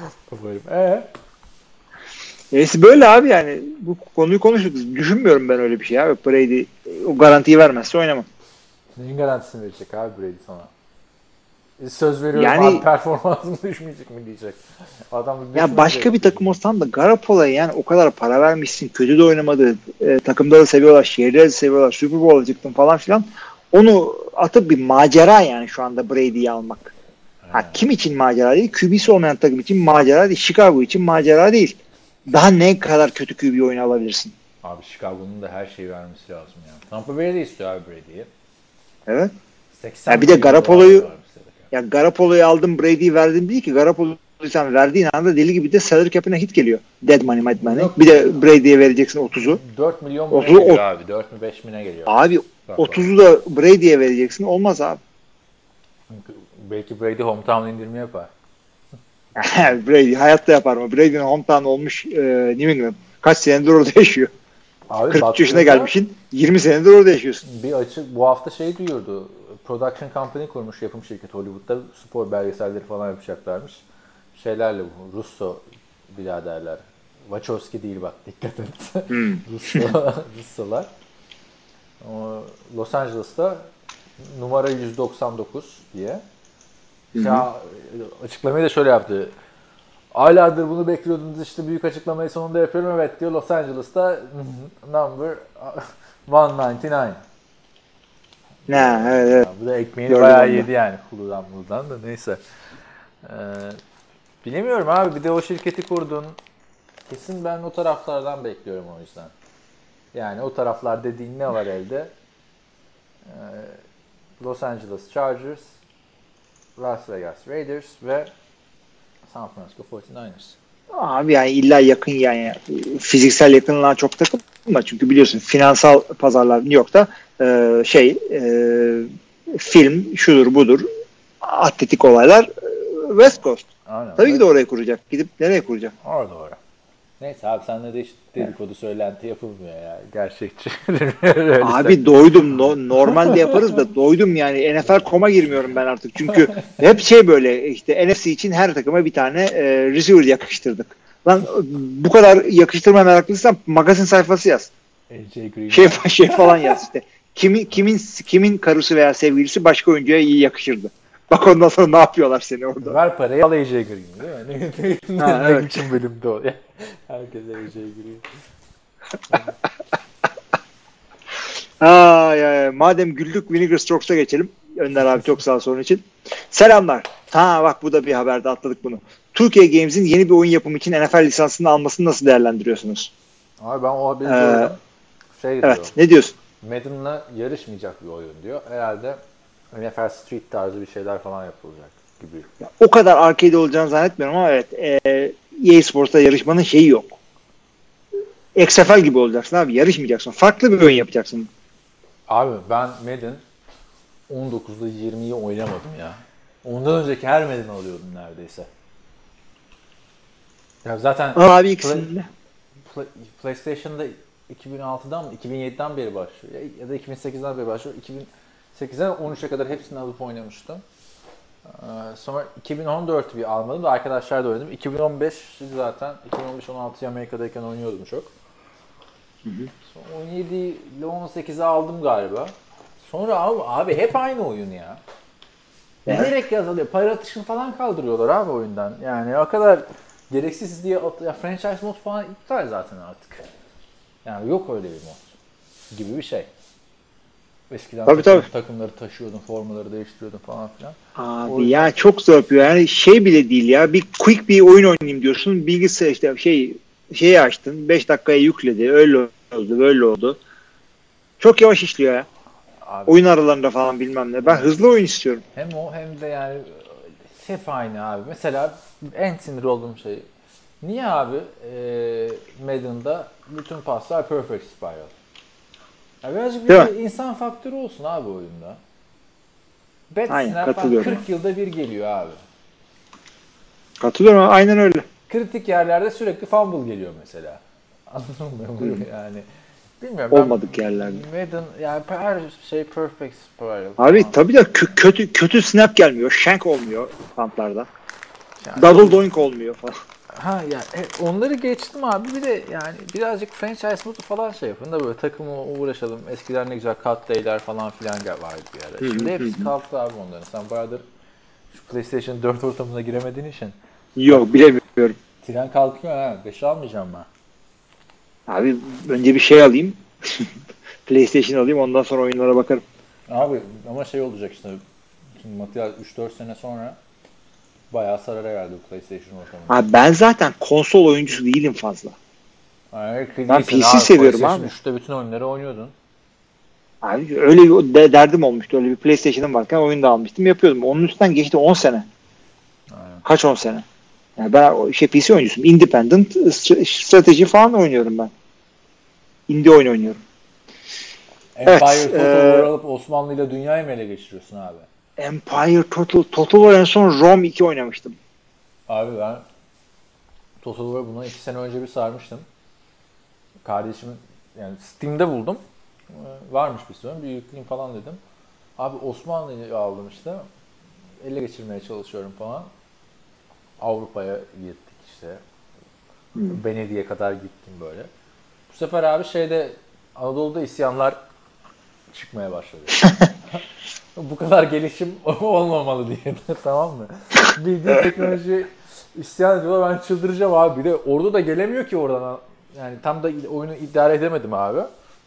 Neyse böyle abi yani bu konuyu konuştuk. Düşünmüyorum ben öyle bir şey abi. Brady o garantiyi vermezse oynamam. Neyin garantisini verecek abi Brady sana? Söz veriyorum Yani, abi performansım düşmeyecek mi diyecek. Adam ya başka bir takım olsan da Garoppolo'ya yani o kadar para vermişsin. Kötü de oynamadı. Takımda da seviyorlar. Şehirde de seviyorlar. Super Bowl'a çıktın falan filan. Onu atıp bir macera yani şu anda Brady'yi almak. Ha, kim için macera değil? QB'si olmayan takım için macera değil. Chicago için macera değil. Daha ne kadar kötü QB oyunu alabilirsin? Abi Chicago'nun da her şeyi vermesi lazım yani. Tampa Bay de istiyor abi Brady'yi. Evet. 80 Ya bir de milyon Garoppolo'yu dolar vermişler. ya Garoppolo'yu aldım Brady'yi verdim değil ki. Garoppolo'yu sen verdiğin anda deli gibi de salary cap'ine hit geliyor. Dead money, mad money. Bir de Brady'ye vereceksin 30'u. 4 milyon mu 30'u ne geliyor abi? 4 mü 5 mi ne geliyor? Abi 30'u da Brady'ye vereceksin. Olmaz abi. Belki Brady hometown indirimi yapar. Brady hayatta yapar mı? Brady'nin hometown olmuş New England. Kaç senedir orada yaşıyor. Abi 40 yaşına gelmişsin. 20 senedir orada yaşıyorsun. Bir açık bu hafta şey duyurdu. Production company kurmuş yapım şirketi Hollywood'da spor belgeselleri falan yapacaklarmış. Şeylerle bu Russo biraderler. Wachowski değil bak dikkat et. Russolar. Los Angeles'ta numara 199 diye. Ya açıklamayı da şöyle yaptı. Aylardır bunu bekliyordunuz işte büyük açıklamayı sonunda yapıyorum evet diyor Los Angeles'ta number 199. Ne evet. Bu da ekmeğini Gördüm bayağı onu da. yedi yani buradan da neyse. Bilemiyorum abi bir de o şirketi kurdun. Kesin ben o taraflardan bekliyorum o yüzden. Yani o taraflar dediğin ne var elde? Los Angeles Chargers, Las Vegas Raiders ve San Francisco 49ers. Abi yani illa yakın yani fiziksel yakınlığa çok takılma çünkü biliyorsun finansal pazarlar New York'ta film şudur budur atletik olaylar West Coast. Aynen. Tabii ki de oraya kuracak. Gidip nereye kuracak? Orada. Neyse abi senle de hiç dedikodu söylenti yapılmıyor ya. Gerçekçi. Abi doydum. Normalde yaparız da doydum yani. NFL.com'a girmiyorum ben artık. Çünkü hep böyle işte NFC için her takıma bir tane receiver yakıştırdık. Lan bu kadar yakıştırma meraklıysan magazin sayfası yaz. Şey falan yaz işte. Kimin karısı veya sevgilisi başka oyuncuya iyi yakışırdı. Bak ondan sonra ne yapıyorlar seni orada. Ver parayı al AJ Green değil mi? Ne biçim bölümde o ya. Herkes AJ Green. Madem güldük Vinegar Strokes'a geçelim. Önder abi çok sağ ol sorun için. Selamlar. Bak bu da bir haberde atladık bunu. 2K Games'in yeni bir oyun yapımı için NFL lisansını almasını nasıl değerlendiriyorsunuz? Abi ben o haberi gördüm. Diyor. Evet. Ne diyorsun? Madden'la yarışmayacak bir oyun diyor. Herhalde NFL Street tarzı bir şeyler falan yapılacak gibi. Ya, o kadar arcade olacağını zannetmiyorum ama evet. EA Sports'ta yarışmanın şeyi yok. XFL gibi olacaksın abi. Yarışmayacaksın. Farklı bir oyun yapacaksın. Abi ben Madden 19'da 20'yi oynamadım ya. Ondan önceki her Madden alıyordum neredeyse. Ya zaten abi ikisinde. PlayStation'da 2006'dan mı 2007'den beri başlıyor ya da 2008'den beri başlıyor. 2008'den 13'e kadar hepsini alıp oynamıştım. Sonra 2014'ü bir almadım da arkadaşlar da oynadım. 2015 zaten 2015-16'yı Amerika'dayken oynuyordum çok. Sonra 17 ile 18'i aldım galiba. Sonra abi hep aynı oyun ya. Bilerek yazılıyor. Pirate'ını falan kaldırıyorlar abi oyundan. Yani o kadar gereksiz diye ya franchise mod falan iptal zaten artık. Yani yok öyle bir mod gibi bir şey. Eskiden takımları taşıyordun, formaları değiştiriyordun falan filan. Abi ya çok zor yapıyor. Yani bile değil ya. Bir quick bir oyun oynayayım diyorsun. Bilgisayar işte şeyi açtın. 5 dakikaya yükledi. Öyle oldu, böyle oldu. Çok yavaş işliyor ya. Abi, oyun aralarında falan bilmem ne. Ben hızlı oyun istiyorum. Hem o hem de yani hep aynı abi. Mesela en sinir olduğum şey niye abi Madden'da bütün paslar perfect spiral? Ya birazcık bir insan faktörü olsun abi oyunda. Aynen, 40 yılda bir geliyor abi. Katılıyorum, aynen öyle. Kritik yerlerde sürekli fumble geliyor mesela. Anladın mı? Yani Bilmiyorum. Olmadık yerlerde. Madden yani her şey perfect spiral. Abi falan. tabii de kötü snap gelmiyor. Shank olmuyor puntlarda. Yani, Double doink olmuyor falan. ha ya onları geçtim abi. Bir de yani birazcık franchise modu falan şey yapın da böyle takımı uğraşalım. Eskiden ne güzel cut day'ler falan filan vardı bir ara. Şimdi hepsi kalktı abi onların. Sen bayağıdır şu PlayStation 4 ortamına giremediğin için. Yok bilemiyorum. Tren kalkıyor ha. 5 almayacağım ben. Abi önce bir şey alayım. PlayStation alayım ondan sonra oyunlara bakarım. Abi ama şey olacak işte. Şimdi Matias 3-4 sene sonra bayağı sarar herhalde bu PlayStation ortamı. Abi ben zaten konsol oyuncusu değilim fazla. Yani, Ben PC seviyorum abi. PlayStation 3'te bütün oyunları oynuyordun. Abi öyle bir derdim olmuştu. Öyle bir PlayStation'ım varken oyunu da almıştım. Yapıyordum. Onun üstünden geçti 10 sene. Aynen. Kaç 10 sene? Yani ben PC oyuncusuyum. Independent strateji falan oynuyorum ben. Indie oyun oynuyorum. Empire Evet, Total War alıp Osmanlı ile dünyayı mı ele geçiriyorsun abi? Empire Total War en son Rome 2 oynamıştım. Abi ben Total War buna 2 sene önce bir sarmıştım. Kardeşimin yani Steam'de buldum. Varmış bir sorun. Bir yükleyeyim falan dedim. Abi Osmanlı'yı aldım işte. Ele geçirmeye çalışıyorum falan. Avrupa'ya gittik işte. Venedik'e kadar gittim böyle. Bu sefer abi şeyde Anadolu'da isyanlar çıkmaya başladı. Bu kadar gelişim olmamalı diye. Tamam mı? Bildiğin teknoloji isyan ediyorlar. Ben çıldıracağım abi. Bir de ordu da gelemiyor ki oradan. Yani tam da oyunu idare edemedim abi.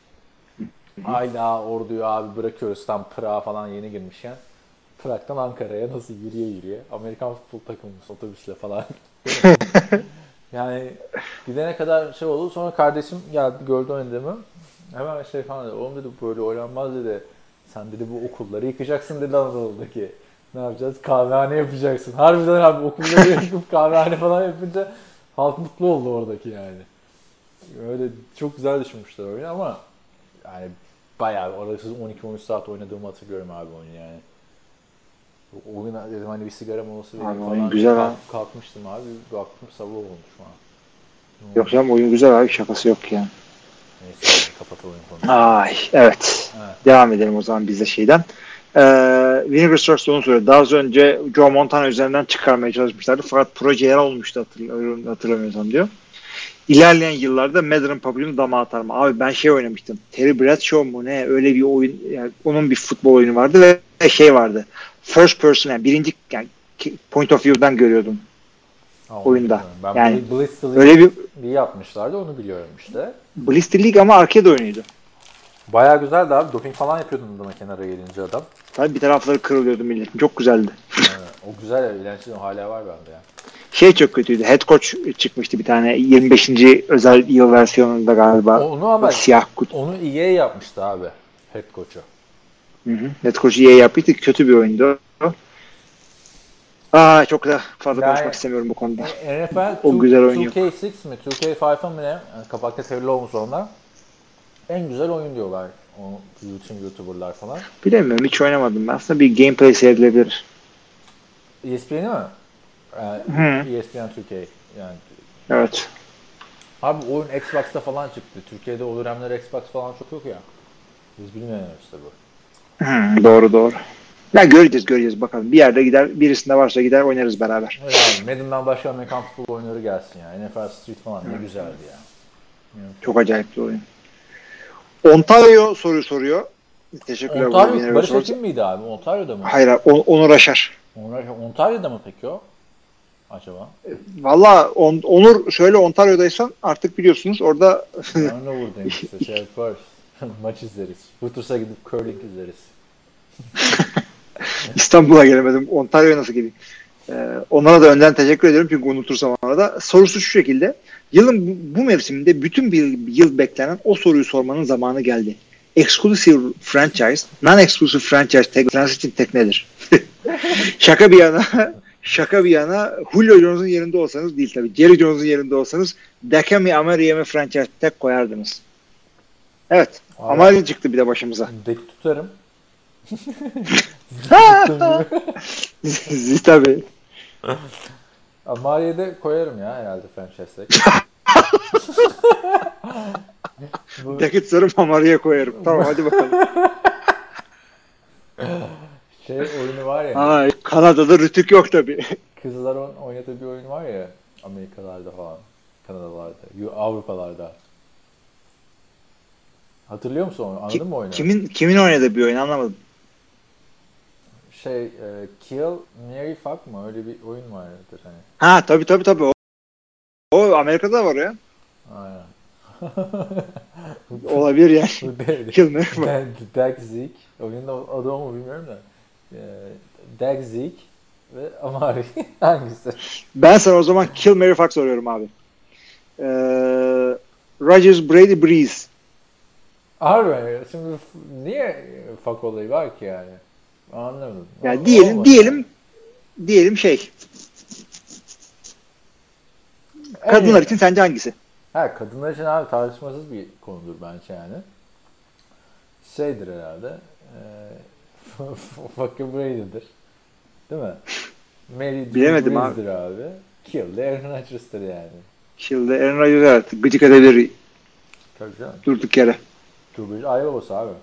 Hala orduyu abi bırakıyoruz. Tam Prag'a falan yeni girmişken. Prag'dan Ankara'ya nasıl yürüye. Amerikan futbol takımımız otobüsle falan. Yani gidene kadar şey oldu. Sonra kardeşim geldi gördü oynadığımı. Hemen şey falan dedi. Oğlum dedi böyle oynanmaz dedi. Sen dedi bu okulları yıkacaksın dedi Anadolu'daki. Ne yapacağız? Kahvehane yapacaksın. Harbiden abi okulları yakıp kahvehane falan yapınca halk mutlu oldu oradaki yani. Öyle çok güzel düşünmüşler oyunu ama yani bayağı orası 12-13 saat oynadığımı hatırlıyorum abi oyunu yani. O gün dedim hani bir sigara molası vereyim falan. Güzel ha. Kalkmıştım abi. Baktım sabah olmuş falan. Yok canım oyun güzel abi şakası yok yani. Neyse kapatalım konuyu. Ay evet. Devam edelim o zaman biz de şeyden. Vinegar Strokes onu söyledi. Daha önce Joe Montana üzerinden çıkarmaya çalışmışlardı. Fakat projeler olmuştu hatırlamıyorsam diyor. İlerleyen yıllarda Madden papyonu dama atar mı? Abi ben şey oynamıştım. Terry Bradshaw mu ne? Öyle bir oyun. Yani onun bir futbol oyunu vardı ve şey vardı. First person yani birinci yani point of view'dan görüyordum. Oyunda. Ben yani Blister öyle bir yapmışlardı onu biliyorum işte. Blister League ama arcade oyunuydu. Bayağı güzeldi abi. Doping falan yapıyordun adama kenara gelince adam. Tabii bir tarafları kırılıyordu milletin. Çok güzeldi. O güzel eğlenceli hala var bende ya. Şey çok kötüydü. Head Coach çıkmıştı bir tane. 25. özel yıl versiyonunda galiba. Onu ama siyah kutu. Onu EA yapmıştı abi. Head Coach'u. Head Coach'u EA yapmıştı. Kötü bir oyundu. Çok da fazla konuşmak istemiyorum bu konuda. NFL o güzel oyun 2K6 mi? 2K5'a mı ne? Yani kapakta teorili olmuş onlar. En güzel oyun diyorlar. O bütün YouTuber'lar falan. Bilemiyorum. Hiç oynamadım. Aslında bir gameplay seyredilebilir. ESPN'i mi? ESPN 2K. Yani. Evet. Abi oyun Xbox'ta falan çıktı. Türkiye'de o dönemler Xbox falan çok yok ya. Biz bilmiyoruz işte bu. Doğru. Ya göreceğiz bakalım. Bir yerde gider, birisinde varsa gider oynarız beraber. Yani Madden'dan başka Amerikan futbol oyunları gelsin ya. NFL Street falan ne güzeldi ya. Çok acayip bir oyun. Ontario soruyor. Teşekkürler. Ontario Barış Ekim miydi abi? Ontario'da mı? Hayır, Onur Aşar. Ontario'da mı peki o? Acaba? Valla Onur şöyle Ontario'daysan artık biliyorsunuz orada ne vurdun işte şey yaparız. Maç izleriz. Booters'a gidip curling izleriz. İstanbul'a gelemedim. Ontario'ya nasıl geleyim? Onlara da önden teşekkür ediyorum çünkü unutursam arada. Sorusu şu şekilde. Yılın bu mevsiminde bütün bir yıl beklenen o soruyu sormanın zamanı geldi. Exclusive franchise, non-exclusive franchise tek nedir? Şaka bir yana Julio Jones'un yerinde olsanız değil tabii. Jerry Jones'un yerinde olsanız Dakami Amari'ye mi franchise tek koyardınız? Evet. Amari çıktı bir de başımıza. Dek tutarım. Tabii. Amari'ye de koyarım ya herhalde franchise tag. Beckett sarım Amari'ye koyarım. Tamam hadi bakalım. Oyunu var ya. Ay, Kanada'da Rütük yok tabii. Kızların oynadığı bir oyun var ya. Amerikalarda falan. Kanadalarda. Avrupalarda. Hatırlıyor musun onu? Anladın mı oyunu? Kimin oynadığı bir oyun anlamadım. Kill, Marry, Fuck mı? Öyle bir oyun vardır hani. Ha tabii. O Amerika'da var ya. Aynen. Olabilir yani. Kill mi? Dag Zeke. Oyunun adı o mu bilmiyorum da. Dag Zeke ve Amari. Hangisi? Ben sana o zaman Kill Mary Fuck soruyorum abi. Rodgers, Brady, Breeze. Harbi şimdi niye fuck olayı var ki yani? Anlamadım. Yani diyelim kadınlar için sence hangisi? Kadınlar için abi tartışmasız bir konudur bence yani. Şeydir herhalde. Fucking Brady'dir. Değil mi? Mary Bilemedim abi. Kill de Aaron Rodgers'tır yani. Kill'de Aaron Rodgers evet. Gıcık edebilir. Tabii canım. Durduk yere. Turbucu aile babası abi.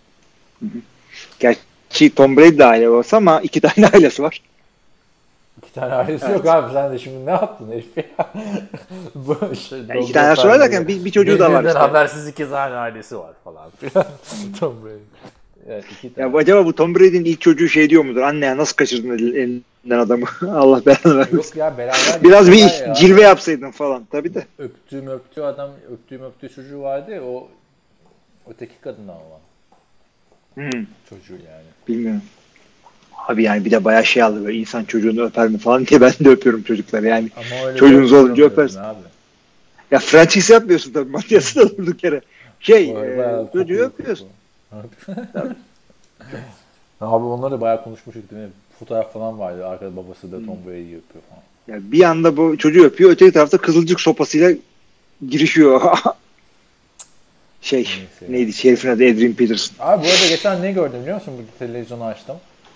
Gerçi Tom Brady de aile babası ama 2 tane ailesi var. 2 tane ailesi yok abi. Sen de şimdi ne yaptın herif ya? Yani 2 tane ailesi var derken bir çocuğu da var işte. Habersiz 2 tane ailesi var falan filan. Tom Brady. Evet, 2 tane. Ya acaba bu Tom Brady'nin ilk çocuğu diyor mudur? Anne ya nasıl kaçırdın elinden adamı? Allah belanı vermesin. Yok ya beraber. Biraz bir cilve yapsaydın falan. Tabii de. Öptüğüm adam, öptüğü çocuğu vardı ya o öteki kadından olan. Çocuğu yani. Bilmiyorum. Abi yani bir de bayağı aldı böyle insan çocuğunu öper mi falan diye ben de öpüyorum çocukları yani. Çocuğunuz olunca öpersin. Abi. Ya franchise yapmıyorsun tabii. Matias'ı da durduk yere. Çocuğu öpüyorsun. Abi onları da bayağı konuşmuştuk değil mi? Fotoğraf falan vardı. Arkada babası da Tom Brady yapıyor falan. Ya bir anda bu çocuğu öpüyor. Öteki tarafta kızılcık sopasıyla girişiyor. Neydi? Şerif'in adı Adrian Peterson. Abi bu arada geçen ne gördüm biliyor musun? Bu televizyonu açtım.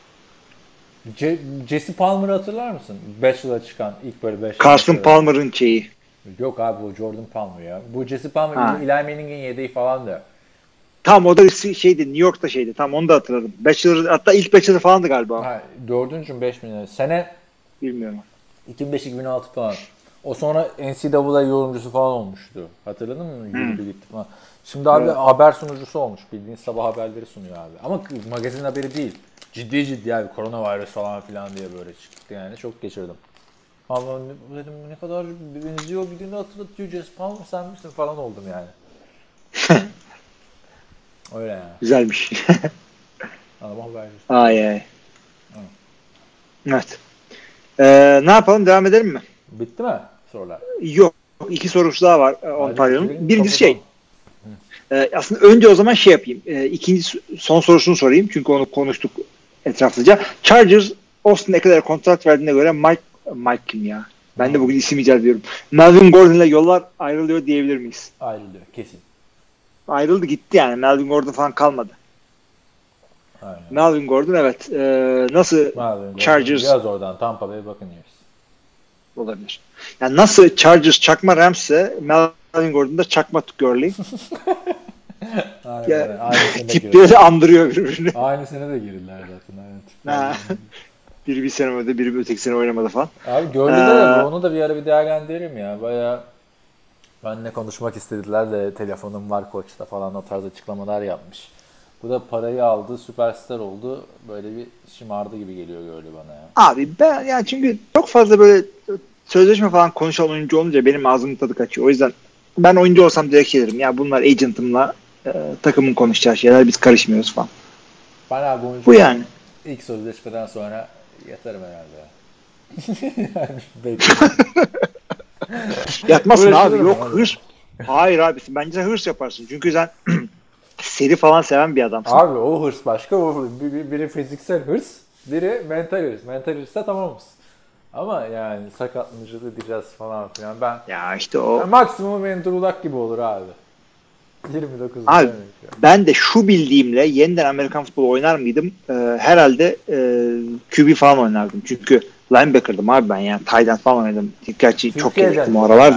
Jesse Palmer'ı hatırlar mısın? Bachelor'a çıkan ilk böyle 5 Carson Palmer'ın şeyi. Yok abi bu Jordan Palmer ya. Bu Jesse Palmer Eli Manning'in yedeği falandı. Tam o da New York'ta şeydi. Tam onu da hatırladım. Bachelor hatta ilk Bachelor falandı galiba. 4. mü 5 mi? Sene bilmiyorum. 2005-2006 falan. O sonra NCAA yorumcusu falan olmuştu. Hatırladın mı? Birlikte falan. Şimdi abi haber sunucusu olmuş. Bildiğin sabah haberleri sunuyor abi. Ama magazin haberi değil. Ciddi abi. Koronavirüs falan filan diye böyle çıktı yani. Çok geçirdim. Ama dedim ne kadar benziyor birini hatırlatıyor. Jesse Palmer sen misin falan oldum yani. Öyle yani. Güzelmiş. Adam haber. Ay. Evet. Ne yapalım? Devam edelim mi? Bitti mi sorular? Yok. 2 sorusu daha var Ontario'nun. Birincisi aslında önce o zaman yapayım. İkinci son sorusunu sorayım. Çünkü onu konuştuk etraflıca. Chargers Austin Ekeler'e kontrat verdiğine göre Mike kim ya? Ben de bugün isim icat ediyorum. Melvin Gordon'la yollar ayrılıyor diyebilir miyiz? Ayrılıyor. Kesin. Ayrıldı gitti yani. Melvin Gordon falan kalmadı. Aynen. Melvin Gordon evet. Nasıl Melvin Chargers? Gordon, biraz oradan Tampa Bay Buccaneers. Olabilir. Yani nasıl Chargers çakma Rams'e Melvin Gordon da çakma Gurley. Tipleri de andırıyor birbirini. Aynı sene de girdiler zaten. Biri bir sene oynadı, biri öteki sene oynamadı falan. Abi Gurley'de de onu da bir ara bir değerlendirelim ya. Bayağı benimle konuşmak istediler de telefonum var koçta falan o tarz açıklamalar yapmış. Bu da parayı aldı, süperstar oldu. Böyle bir şımardı gibi geliyor Gurley bana ya. Abi ben yani çünkü çok fazla böyle sözleşme falan konuşan oyuncu olunca benim ağzımın tadı kaçıyor. O yüzden ben oyuncu olsam direkt derim. Ya bunlar agent'ımla takımın konuşacağı şeyler biz karışmıyoruz falan. Ben abi bu yani. İlk sözleşmeden sonra yatarım herhalde. Yani yatmazsın abi. Yok hırs. Hayır abi. Bence hırs yaparsın. Çünkü sen seri falan seven bir adamsın. Abi o hırs başka. Biri fiziksel hırs. Biri mental hırs. Mental hırsda tamamız. Ama yani sakatlanıcı diyeceğiz falan filan. Ya işte o. Maksimum Andrew Luck gibi olur abi. 29. Abi ben de şu bildiğimle yeniden Amerikan futbolu oynar mıydım? Herhalde QB falan oynardım. Çünkü linebacker'dım abi ben yani. Tight end falan oynadım. Gerçi çok gerektim o aralarda.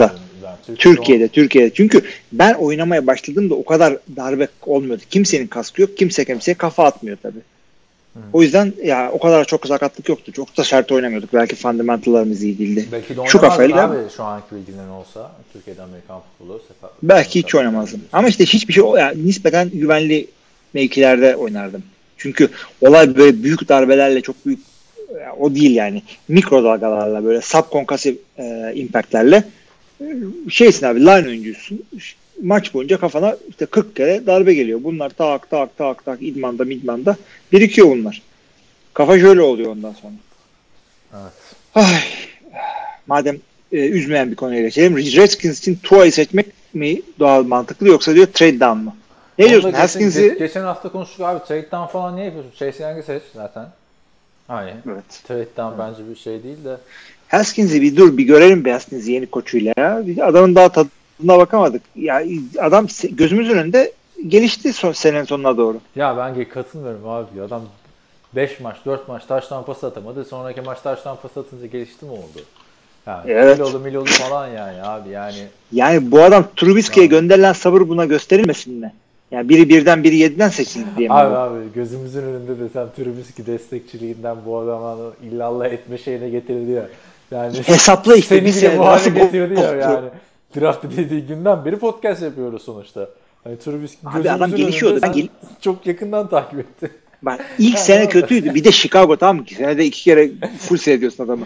yani. Türkiye'de. Çünkü ben oynamaya başladığımda o kadar darbe olmuyordu. Kimsenin kaskı yok. Kimseye kafa atmıyor tabii. O yüzden ya o kadar çok sakatlık yoktu. Çok da sert oynamıyorduk. Belki fundamentallarımız iyi değildi. Belki de şu kafayla abi şu anki bilgilerin olsa Türkiye'de Amerikan futbolu belki hiç oynamazdım. Ama işte hiçbir şey yani nispeten güvenli mevkilerde oynardım. Çünkü olay böyle büyük darbelerle çok büyük o değil yani. Mikro dalgalarla böyle subkonkasif impactlerle şeysin abi line oyuncusun. Maç boyunca kafana işte 40 kere darbe geliyor. Bunlar tak idmanda birikiyor bunlar. Kafa şöyle oluyor ondan sonra. Evet. Ay. Madem üzmeyen bir konuya geçelim. Redskins için Tua'yı seçmek mi doğal mantıklı yoksa diyor trade down mı? Ne diyorsun? Haskins'i geçen hafta konuştuk abi. Trade down falan niye yapıyorsun? Chase Young'ı seç zaten. Hani. Evet. Trade down bence bir şey değil de. Haskins'i bir görelim be Haskins'i yeni koçuyla ya. Adamın daha tadına bakamadık. Ya adam gözümüzün önünde gelişti senenin sonuna doğru. Ya ben katılmıyorum abi. Adam 5 maç, 4 maç taştan pas atamadı. Sonraki maç taştan pas atınca gelişti mi oldu? Yani evet. Milolu falan yani abi yani. Yani bu adam Trubisky'ye gönderilen sabır buna gösterilmesin mi? Yani biri birden biri 7'den seçildi diye mi? Abi gözümüzün önünde de sen Trubisky destekçiliğinden bu adamı illallah etme şeyine getirdi ya. Yani hesapla işte bir sene bu hale getirdi ya yani. Draft dediği günden beri podcast yapıyoruz sonuçta. Hani Trubisky abi adam gelişiyordu. Çok yakından takip etti. Bak ilk sene kötüydü. Bir de Chicago tamam mı? Senede 2 kere full seyrediyorsun adamı.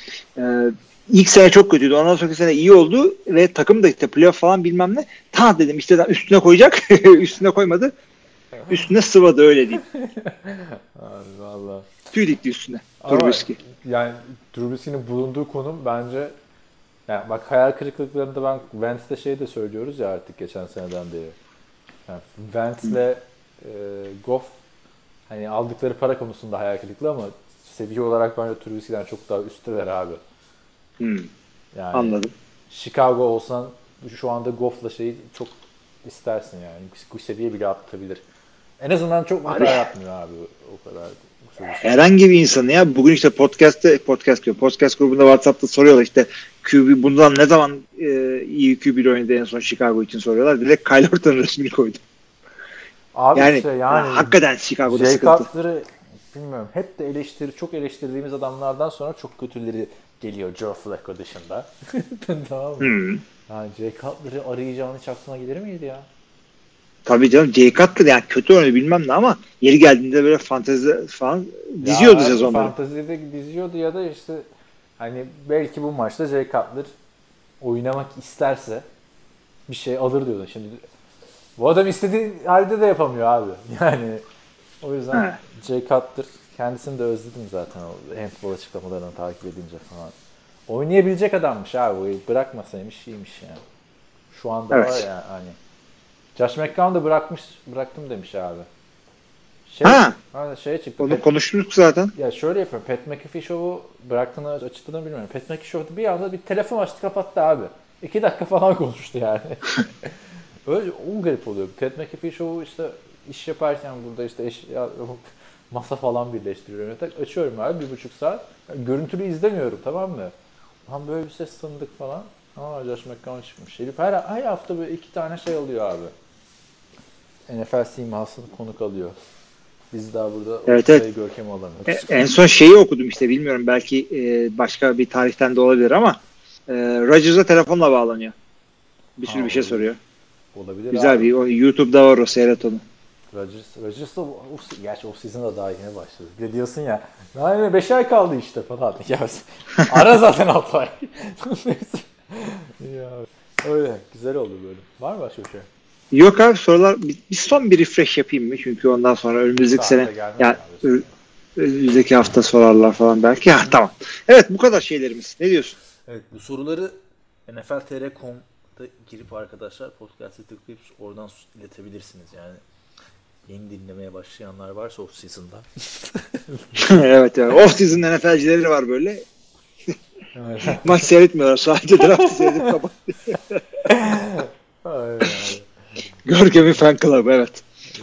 İlk sene çok kötüydü. Ondan sonraki sene iyi oldu ve takım da işte playoff falan bilmem ne. Ta dedim işte üstüne koyacak. Üstüne koymadı. Üstüne sıvadı öyle diyeyim. Abi valla. Tüy dikti üstüne. Trubisky. Yani Trubisky'nin bulunduğu konum bence yani bak hayal kırıklıklarında ben Wentz'te şey de söylüyoruz ya artık geçen seneden beri. Yani Wentz'le Goff hani aldıkları para konusunda hayal kırıklığı ama seviye olarak bence Trubisky'den çok daha üstteler abi. Yani anladım. Chicago olsan şu anda Goff'la şeyi çok istersin yani. Bu seviye bile atlatabilir. En azından çok hata yapmıyor abi o kadar. Herhangi bir insan ya bugün işte podcast grubunda WhatsApp'ta soruyorlar işte QB bundan ne zaman iyi QB oynadı en son Chicago için soruyorlar. Direkt Kyle Orton'un resmini koydu. Abi yani, işte hakikaten Chicago'da Jay sıkıntı. Cutler'ı bilmiyorum. Hep de çok eleştirdiğimiz adamlardan sonra çok kötüleri geliyor Joe Flacco dışında. Tamam mı? Yani Jay Cutler'ı arayacağını hiç aklına gelir miydi ya? Tabii canım Jay Cutler yani kötü oynadı bilmem ne ama yeri geldiğinde böyle fantezi falan diziyordu sezonları. Fantezide diziyordu ya da işte hani belki bu maçta Jay Cutler oynamak isterse bir şey alır diyordun. Şimdi bu adam istediği halde de yapamıyor abi. Yani o yüzden Jay Cutler kendisini de özledim zaten o handball açıklamalarını takip edince falan. Oynayabilecek adammış abi. Bırakmasaymış iyiymiş yani. Şu anda var ya hani. Josh McCown da bıraktım demiş abi. Şeye çıktı. Onu konuştuk zaten. Ya şöyle yapıyorum. Pat McAfee Show'u bıraktığını açıkladığını bilmiyorum. Pat McAfee Show'da bir anda bir telefon açtı kapattı abi. 2 dakika falan konuştu yani. Öyle garip oluyor. Pat McAfee Show'u işte iş yaparken burada işte masa falan birleştiriyorum. Açıyorum abi 1,5 saat. Görüntülü izlemiyorum tamam mı? Tam böyle bir ses tanıdık falan. Josh McCown çıkmış. Herif her hafta böyle 2 tane şey alıyor abi. NFL simasını konuk alıyor. Biz daha burada evet. görkem alamıyoruz. En son şeyi okudum işte bilmiyorum belki başka bir tarihten de olabilir ama Rodgers'a telefonla bağlanıyor. Bir sürü bir şey soruyor. Olabilir güzel abi. Bir YouTube'da var o seyret onu. Rodgers da gerçi off-season'da daha yeni başladı. Bir de diyorsun ya 5 ay kaldı işte falan. Ya, ara zaten 6 ay. Ya, öyle. Güzel oldu böyle. Var mı başka bir şey? Yok abi sorular bir son bir refresh yapayım mı? Çünkü ondan sonra önümüzdeki sene yani önümüzdeki hafta sorarlar falan belki. Ya tamam. Evet bu kadar şeylerimiz. Ne diyorsun? Evet bu soruları NFL.tr.com'da girip arkadaşlar podcast'e tıklayıp oradan iletebilirsiniz yani. Yeni dinlemeye başlayanlar varsa off-season'da. evet yani off-season NFL'cileri var böyle. Maç seyretmiyorlar. Sadece draft'ı seyredip kapatıyor. Görkem'in fan club evet.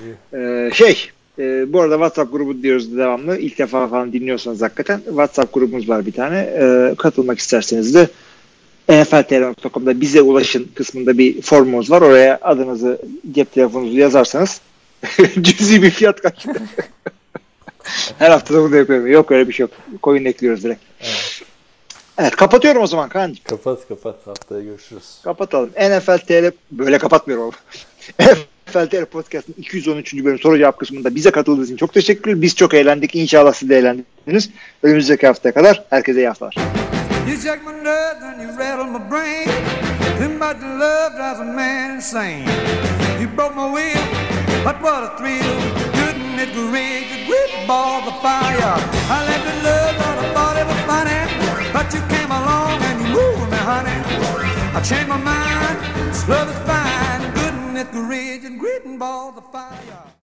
Bu arada WhatsApp grubu diyoruz devamlı. İlk defa falan dinliyorsanız hakikaten WhatsApp grubumuz var bir tane. Katılmak isterseniz de nfltr.com'da bize ulaşın kısmında bir formumuz var. Oraya adınızı, cep telefonunuzu yazarsanız cüzi bir fiyat karşılığında. Her hafta da bunu yapıyorum. Yok öyle bir şey yok. Coin ekliyoruz direkt. Evet kapatıyorum o zaman Kaan'cığım. Kapat. Haftaya görüşürüz. Kapatalım. NFL TR böyle kapatmıyorum ama. NFL TR Podcast'ın 213. bölüm soru cevap kısmında bize katıldığınız için çok teşekkürler. Biz çok eğlendik. İnşallah siz de eğlendiniz. Önümüzdeki haftaya kadar herkese iyi haftalar. You shake my nerves and you rattle my brain. Too much love drives a man insane. You broke my will, but what a thrill. Couldn't it rage with ball the fire? I left the love that I thought it was funny, but you came along and you moved me, honey. I changed my mind.